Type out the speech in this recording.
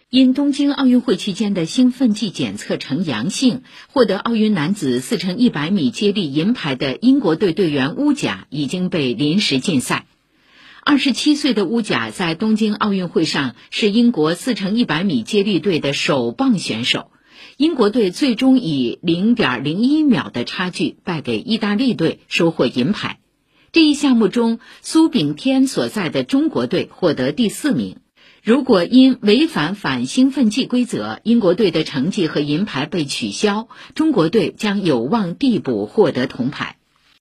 因东京奥运会期间的兴奋剂检测呈阳性，获得奥运男子4乘100米接力银牌的英国队队员乌贾已经被临时禁赛。27岁的乌贾在东京奥运会上是英国4乘100米接力队的首棒选手，英国队最终以 0.01 秒的差距败给意大利队，收获银牌。这一项目中，苏炳添所在的中国队获得第4名。如果因违反反兴奋剂规则，英国队的成绩和银牌被取消，中国队将有望递补获得铜牌。